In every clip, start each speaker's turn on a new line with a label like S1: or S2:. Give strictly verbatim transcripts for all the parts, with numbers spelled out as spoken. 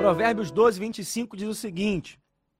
S1: Provérbios doze, vinte e cinco diz o seguinte,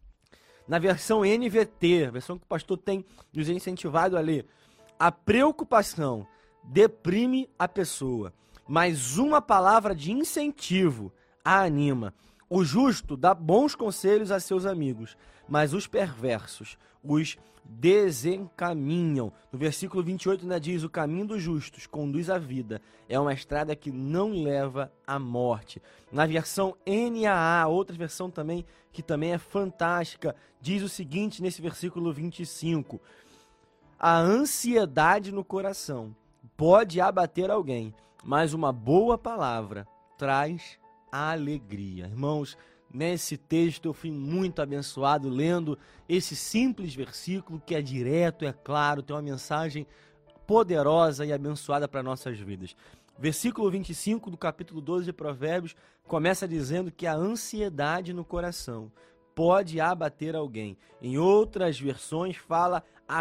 S1: na versão N V T, a versão que o pastor tem nos incentivado a ler: a preocupação deprime a pessoa, mas uma palavra de incentivo a anima. O justo dá bons conselhos a seus amigos, mas os perversos os desencaminham. No versículo vinte e oito ainda diz: o caminho dos justos conduz à vida, é uma estrada que não leva à morte. Na versão N A A, outra versão também que também é fantástica, diz o seguinte nesse versículo vinte e cinco: a ansiedade no coração pode abater alguém, mas uma boa palavra traz alegria. Irmãos, nesse texto eu fui muito abençoado lendo esse simples versículo que é direto, é claro, tem uma mensagem poderosa e abençoada para nossas vidas. Versículo vinte e cinco do capítulo doze de Provérbios começa dizendo que a ansiedade no coração pode abater alguém. Em outras versões fala a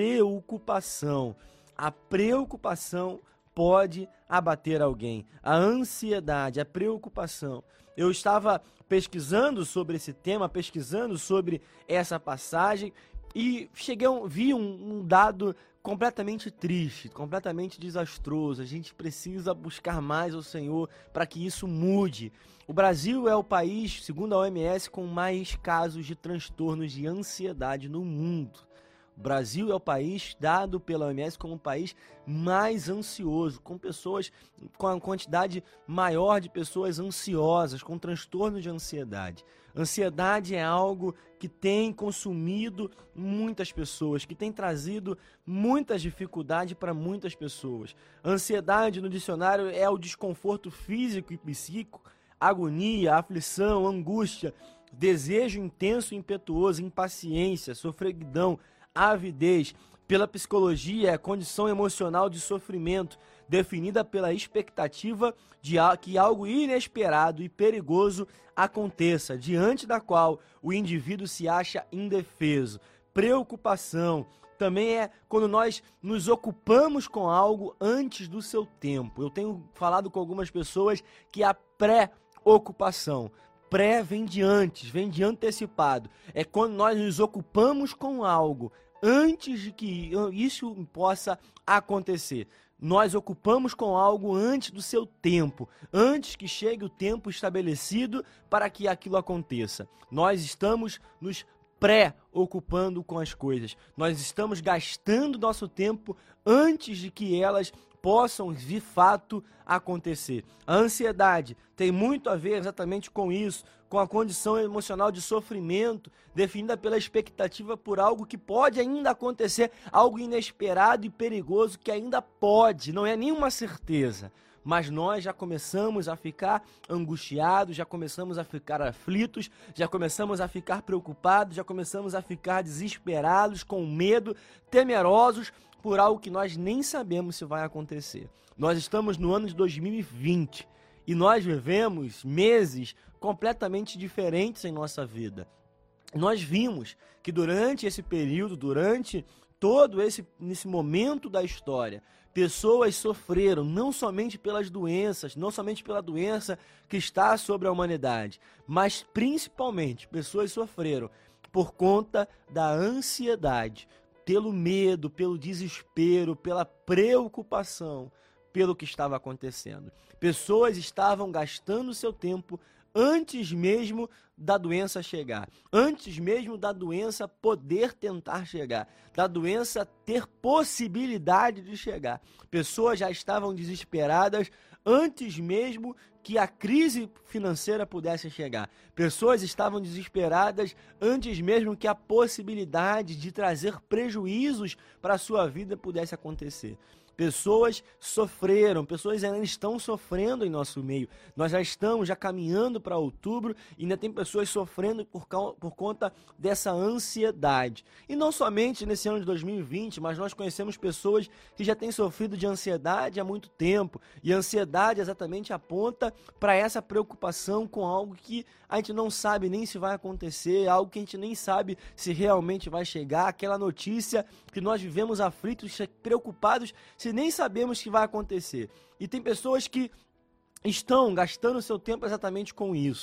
S1: preocupação. A preocupação pode abater alguém. A ansiedade, a preocupação. Eu estava pesquisando sobre esse tema, pesquisando sobre essa passagem e cheguei a um, vi um, um dado completamente triste, completamente desastroso. A gente precisa buscar mais o Senhor para que isso mude. O Brasil é o país, segundo a O M S, com mais casos de transtornos de ansiedade no mundo. O Brasil é o país dado pela O M S como o país mais ansioso, com pessoas, com a quantidade maior de pessoas ansiosas, com transtorno de ansiedade. Ansiedade é algo que tem consumido muitas pessoas, que tem trazido muitas dificuldades para muitas pessoas. Ansiedade, no dicionário, é o desconforto físico e psíquico, agonia, aflição, angústia, desejo intenso e impetuoso, impaciência, sofreguidão, avidez. Pela psicologia, é a condição emocional de sofrimento, definida pela expectativa de que algo inesperado e perigoso aconteça, diante da qual o indivíduo se acha indefeso. Preocupação também é quando nós nos ocupamos com algo antes do seu tempo. Eu tenho falado com algumas pessoas que a pré-ocupação, pré vem de antes, vem de antecipado. É quando nós nos ocupamos com algo antes de que isso possa acontecer. Nós ocupamos com algo antes do seu tempo, antes que chegue o tempo estabelecido para que aquilo aconteça. Nós estamos nos pré-ocupando com as coisas. Nós estamos gastando nosso tempo antes de que elas possam de fato acontecer. A ansiedade tem muito a ver exatamente com isso, com a condição emocional de sofrimento, definida pela expectativa por algo que pode ainda acontecer, algo inesperado e perigoso que ainda pode, não é nenhuma certeza. Mas nós já começamos a ficar angustiados, já começamos a ficar aflitos, já começamos a ficar preocupados, já começamos a ficar desesperados, com medo, temerosos, por algo que nós nem sabemos se vai acontecer. Nós estamos no ano de dois mil e vinte e nós vivemos meses completamente diferentes em nossa vida. Nós vimos que durante esse período, durante todo esse, esse momento da história, pessoas sofreram não somente pelas doenças, não somente pela doença que está sobre a humanidade, mas principalmente pessoas sofreram por conta da ansiedade, pelo medo, pelo desespero, pela preocupação, pelo que estava acontecendo. Pessoas estavam gastando seu tempo antes mesmo da doença chegar, antes mesmo da doença poder tentar chegar, da doença ter possibilidade de chegar. Pessoas já estavam desesperadas antes mesmo que a crise financeira pudesse chegar. Pessoas estavam desesperadas antes mesmo que a possibilidade de trazer prejuízos para a sua vida pudesse acontecer. Pessoas sofreram, pessoas ainda estão sofrendo em nosso meio. Nós já estamos já caminhando para outubro e ainda tem pessoas sofrendo por, por conta dessa ansiedade. E não somente nesse ano de dois mil e vinte, mas nós conhecemos pessoas que já têm sofrido de ansiedade há muito tempo. E a ansiedade exatamente aponta para essa preocupação com algo que a gente não sabe nem se vai acontecer, algo que a gente nem sabe se realmente vai chegar, aquela notícia que nós vivemos aflitos, preocupados, se nem sabemos que vai acontecer. E tem pessoas que estão gastando seu tempo exatamente com isso.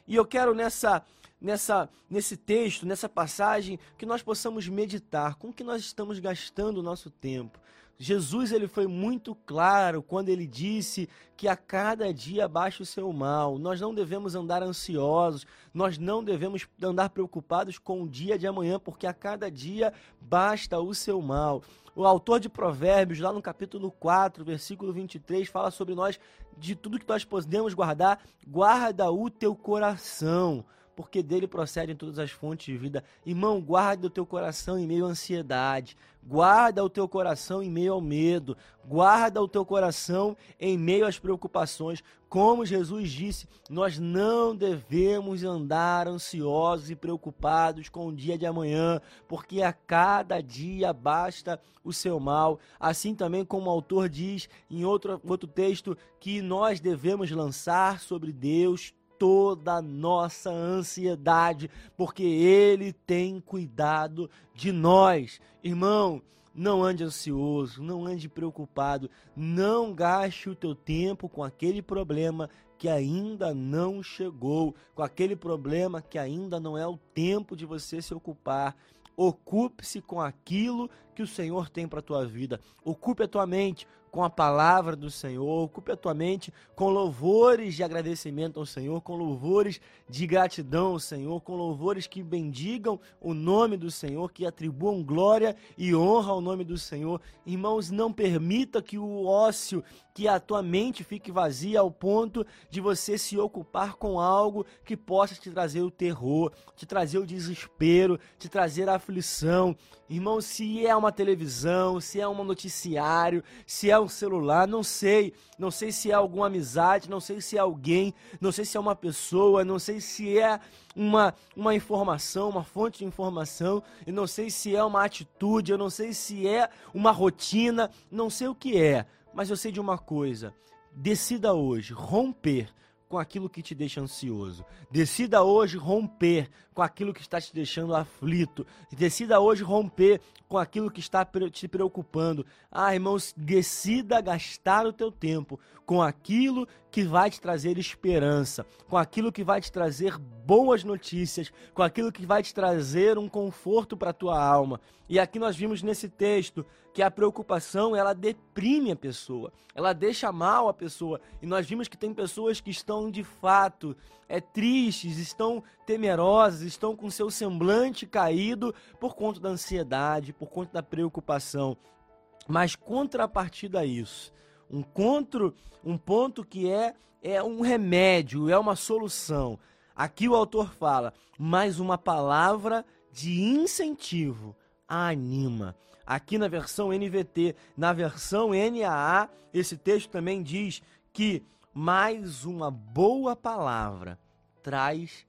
S1: E eu quero nessa, nessa, nesse texto, nessa passagem, que nós possamos meditar com que nós estamos gastando o nosso tempo. Jesus, ele foi muito claro quando ele disse que a cada dia baixa o seu mal. Nós não devemos andar ansiosos, nós não devemos andar preocupados com o dia de amanhã, porque a cada dia basta o seu mal. O autor de Provérbios, lá no capítulo quatro, versículo vinte e três, fala sobre nós, de tudo que nós podemos guardar, guarda o teu coração, porque dele procedem todas as fontes de vida. Irmão, guarda o teu coração em meio à ansiedade, guarda o teu coração em meio ao medo, guarda o teu coração em meio às preocupações. Como Jesus disse, nós não devemos andar ansiosos e preocupados com o dia de amanhã, porque a cada dia basta o seu mal. Assim também como o autor diz em outro, outro texto, que nós devemos lançar sobre Deus toda a nossa ansiedade, porque Ele tem cuidado de nós. Irmão, não ande ansioso, não ande preocupado, não gaste o teu tempo com aquele problema que ainda não chegou, com aquele problema que ainda não é o tempo de você se ocupar. Ocupe-se com aquilo que o Senhor tem para a tua vida. Ocupe a tua mente com a palavra do Senhor, ocupe a tua mente com louvores de agradecimento ao Senhor, com louvores de gratidão ao Senhor, com louvores que bendigam o nome do Senhor, que atribuam glória e honra ao nome do Senhor. Irmãos, não permita que o ócio, que a tua mente fique vazia ao ponto de você se ocupar com algo que possa te trazer o terror, te trazer o desespero, te trazer a aflição. Irmão, se é uma televisão, se é um noticiário, se é um celular, não sei, não sei se é alguma amizade, não sei se é alguém, não sei se é uma pessoa, não sei se é uma, uma informação, uma fonte de informação, eu não sei se é uma atitude, eu não sei se é uma rotina, não sei o que é, mas eu sei de uma coisa: decida hoje romper com aquilo que te deixa ansioso. Decida hoje romper com aquilo que está te deixando aflito. Decida hoje romper com aquilo que está te preocupando. Ah, irmãos, decida gastar o teu tempo com aquilo que vai te trazer esperança, com aquilo que vai te trazer boas notícias, com aquilo que vai te trazer um conforto para a tua alma. E aqui nós vimos nesse texto que a preocupação, ela deprime a pessoa, ela deixa mal a pessoa. E nós vimos que tem pessoas que estão de fato é, tristes, estão temerosas, estão com seu semblante caído por conta da ansiedade, por conta da preocupação. Mas contrapartida a isso, um, contro, um ponto que é, é um remédio, é uma solução. Aqui o autor fala, mais uma palavra de incentivo anima. Aqui na versão N V T, na versão N A A, esse texto também diz que mais uma boa palavra traz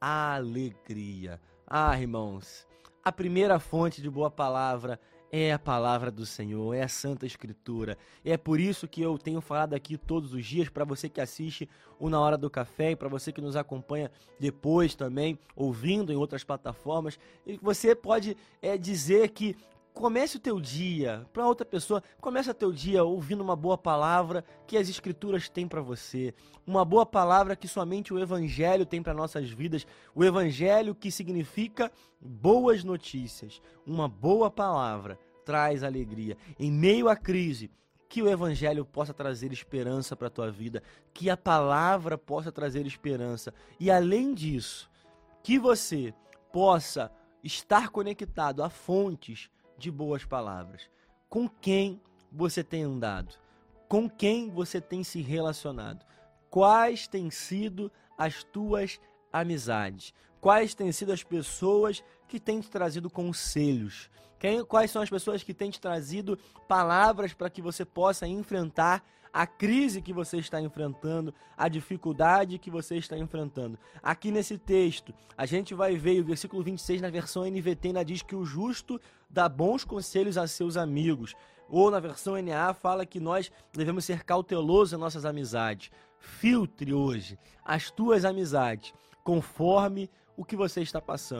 S1: alegria. Ah, irmãos, a primeira fonte de boa palavra é a palavra do Senhor, é a Santa Escritura. E é por isso que eu tenho falado aqui todos os dias, para você que assiste o Na Hora do Café e para você que nos acompanha depois também, ouvindo em outras plataformas. E você pode é, dizer que comece o teu dia, para outra pessoa, comece o teu dia ouvindo uma boa palavra que as Escrituras têm para você. Uma boa palavra que somente o Evangelho tem para nossas vidas. O Evangelho que significa boas notícias. Uma boa palavra traz alegria. Em meio à crise, que o Evangelho possa trazer esperança para a tua vida. Que a palavra possa trazer esperança. E além disso, que você possa estar conectado a fontes de boas palavras. Com quem você tem andado? Com quem você tem se relacionado? Quais têm sido as tuas amizades? Quais têm sido as pessoas que têm te trazido conselhos? Quem, quais são as pessoas que têm te trazido palavras para que você possa enfrentar a crise que você está enfrentando, a dificuldade que você está enfrentando? Aqui nesse texto, a gente vai ver o versículo vinte e seis na versão N V T, ainda diz que o justo dá bons conselhos a seus amigos. Ou na versão N A A fala que nós devemos ser cautelosos em nossas amizades. Filtre hoje as tuas amizades conforme o que você está passando.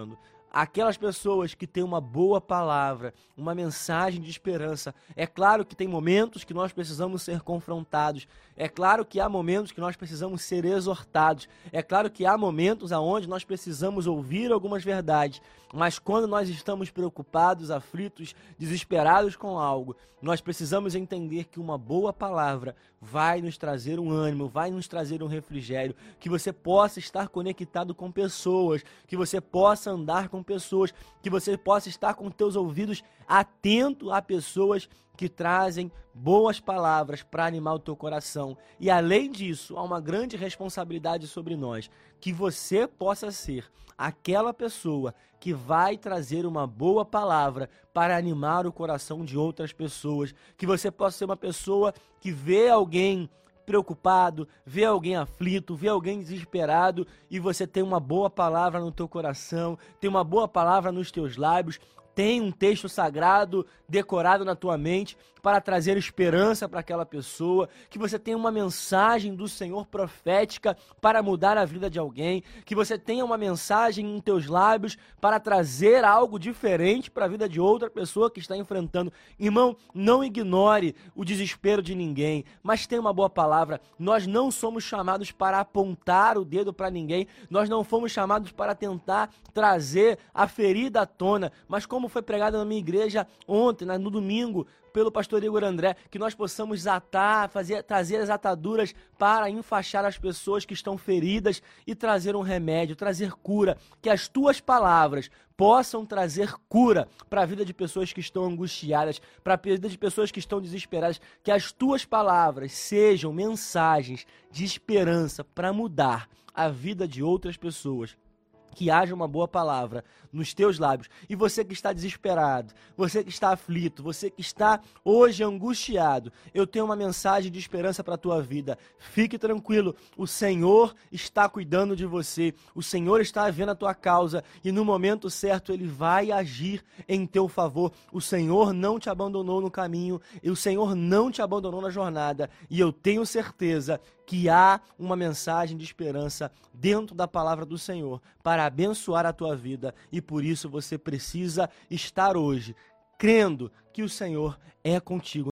S1: aquelas pessoas que têm uma boa palavra, uma mensagem de esperança. É claro que tem momentos que nós precisamos ser confrontados, é claro que há momentos que nós precisamos ser exortados, é claro que há momentos onde nós precisamos ouvir algumas verdades, mas quando nós estamos preocupados, aflitos, desesperados com algo, nós precisamos entender que uma boa palavra vai nos trazer um ânimo, vai nos trazer um refrigério, que você possa estar conectado com pessoas, que você possa andar com pessoas, que você possa estar com teus ouvidos atento a pessoas que trazem boas palavras para animar o teu coração. E além disso, há uma grande responsabilidade sobre nós, que você possa ser aquela pessoa que vai trazer uma boa palavra para animar o coração de outras pessoas, que você possa ser uma pessoa que vê alguém preocupado, vê alguém aflito, vê alguém desesperado e você tem uma boa palavra no teu coração, tem uma boa palavra nos teus lábios, tem um texto sagrado decorado na tua mente para trazer esperança para aquela pessoa, que você tenha uma mensagem do Senhor profética para mudar a vida de alguém, que você tenha uma mensagem em teus lábios para trazer algo diferente para a vida de outra pessoa que está enfrentando. Irmão, não ignore o desespero de ninguém, mas tenha uma boa palavra. Nós não somos chamados para apontar o dedo para ninguém, nós não fomos chamados para tentar trazer a ferida à tona, mas como foi pregado na minha igreja ontem, no domingo, pelo pastor Igor André, que nós possamos atar, fazer, trazer as ataduras para enfaixar as pessoas que estão feridas e trazer um remédio, trazer cura, que as tuas palavras possam trazer cura para a vida de pessoas que estão angustiadas, para a vida de pessoas que estão desesperadas, que as tuas palavras sejam mensagens de esperança para mudar a vida de outras pessoas. Que haja uma boa palavra nos teus lábios. E você que está desesperado, você que está aflito, você que está hoje angustiado, eu tenho uma mensagem de esperança para a tua vida. Fique tranquilo, o Senhor está cuidando de você, o Senhor está vendo a tua causa e no momento certo Ele vai agir em teu favor. O Senhor não te abandonou no caminho e o Senhor não te abandonou na jornada. E eu tenho certeza que há uma mensagem de esperança dentro da palavra do Senhor para abençoar a tua vida e por isso você precisa estar hoje crendo que o Senhor é contigo.